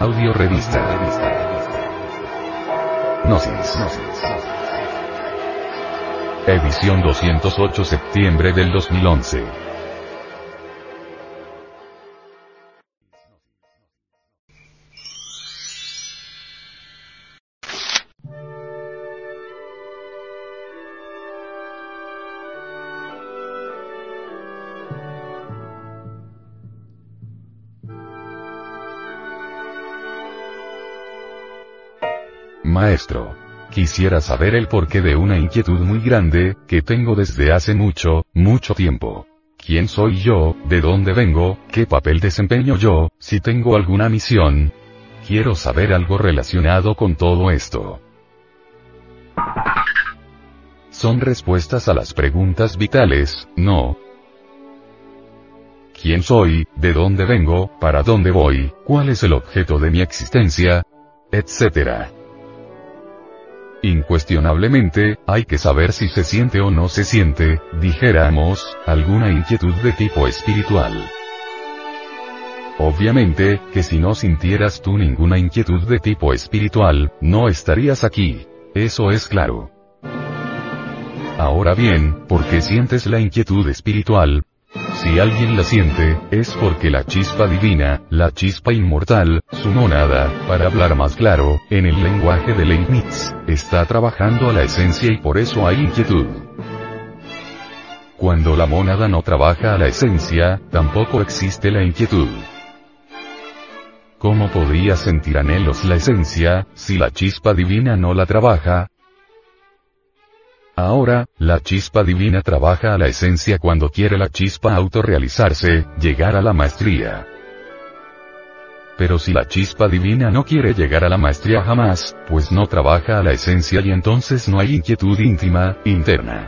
Audio Revista. Gnosis. Edición 208 septiembre del 2011. Maestro. Quisiera saber el porqué de una inquietud muy grande, que tengo desde hace mucho tiempo. ¿Quién soy yo? ¿De dónde vengo? ¿Qué papel desempeño yo? ¿Si tengo alguna misión? Quiero saber algo relacionado con todo esto. Son respuestas a las preguntas vitales, ¿no? ¿Quién soy? ¿De dónde vengo? ¿Para dónde voy? ¿Cuál es el objeto de mi existencia? Etcétera. Incuestionablemente, hay que saber si se siente o no se siente, dijéramos, alguna inquietud de tipo espiritual. Obviamente, que si no sintieras tú ninguna inquietud de tipo espiritual, no estarías aquí. Eso es claro. Ahora bien, ¿por qué sientes la inquietud espiritual? Si alguien la siente, es porque la chispa divina, la chispa inmortal, su mónada, para hablar más claro, en el lenguaje de Leibniz, está trabajando a la esencia y por eso hay inquietud. Cuando la mónada no trabaja a la esencia, tampoco existe la inquietud. ¿Cómo podría sentir anhelos la esencia, si la chispa divina no la trabaja? Ahora, la chispa divina trabaja a la esencia cuando quiere la chispa autorrealizarse, llegar a la maestría. Pero si la chispa divina no quiere llegar a la maestría jamás, pues no trabaja a la esencia y entonces no hay inquietud íntima, interna.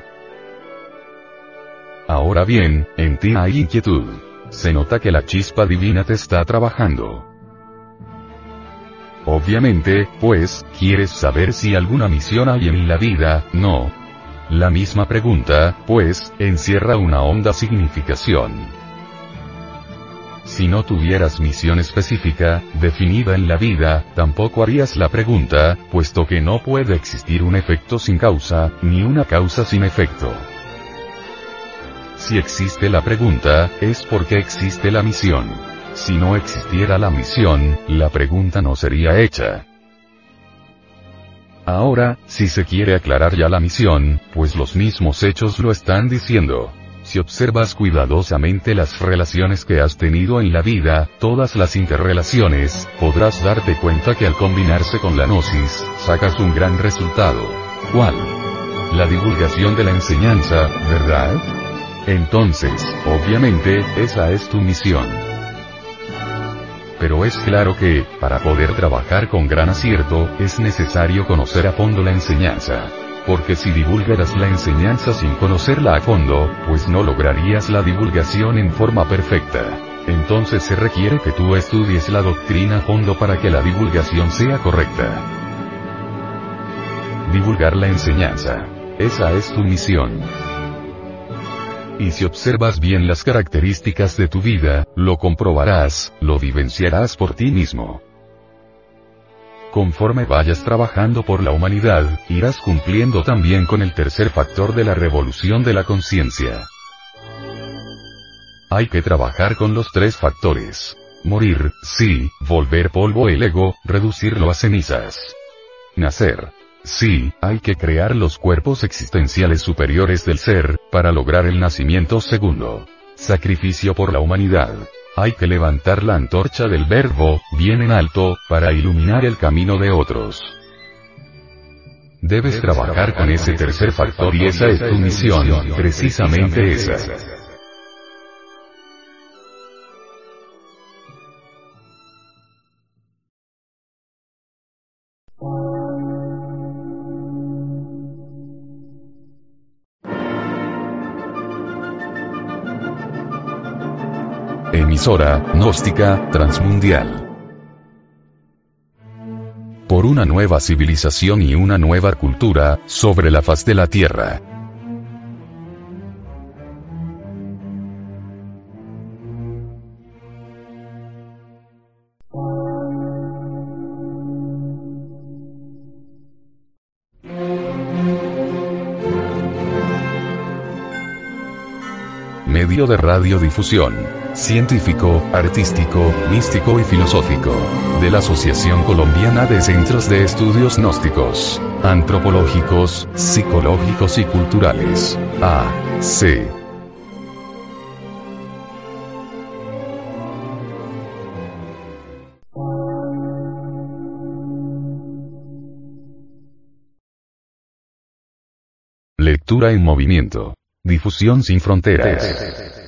Ahora bien, en ti hay inquietud. Se nota que la chispa divina te está trabajando. Obviamente, pues, quieres saber si alguna misión hay en la vida, ¿no? La misma pregunta, pues, encierra una honda significación. Si no tuvieras misión específica, definida en la vida, tampoco harías la pregunta, puesto que no puede existir un efecto sin causa, ni una causa sin efecto. Si existe la pregunta, es porque existe la misión. Si no existiera la misión, la pregunta no sería hecha. Ahora, si se quiere aclarar ya la misión, pues los mismos hechos lo están diciendo. Si observas cuidadosamente las relaciones que has tenido en la vida, todas las interrelaciones, podrás darte cuenta que al combinarse con la gnosis, sacas un gran resultado. ¿Cuál? La divulgación de la enseñanza, ¿verdad? Entonces, obviamente, esa es tu misión. Pero es claro que, para poder trabajar con gran acierto, es necesario conocer a fondo la enseñanza. Porque si divulgaras la enseñanza sin conocerla a fondo, pues no lograrías la divulgación en forma perfecta. Entonces se requiere que tú estudies la doctrina a fondo para que la divulgación sea correcta. Divulgar la enseñanza. Esa es tu misión. Y si observas bien las características de tu vida, lo comprobarás, lo vivenciarás por ti mismo. Conforme vayas trabajando por la humanidad, irás cumpliendo también con el tercer factor de la revolución de la conciencia. Hay que trabajar con los tres factores. Morir, sí, volver polvo el ego, reducirlo a cenizas. Nacer. Sí, hay que crear los cuerpos existenciales superiores del ser, para lograr el nacimiento segundo. Sacrificio por la humanidad. Hay que levantar la antorcha del verbo, bien en alto, para iluminar el camino de otros. Debes trabajar con ese tercer factor y esa es tu misión, precisamente esa. Emisora gnóstica transmundial. Por una nueva civilización y una nueva cultura, sobre la faz de la Tierra. medio de radiodifusión, científico, artístico, místico y filosófico, de la Asociación Colombiana de Centros de Estudios Gnósticos, Antropológicos, Psicológicos y Culturales, AC. Lectura en movimiento. Difusión sin fronteras.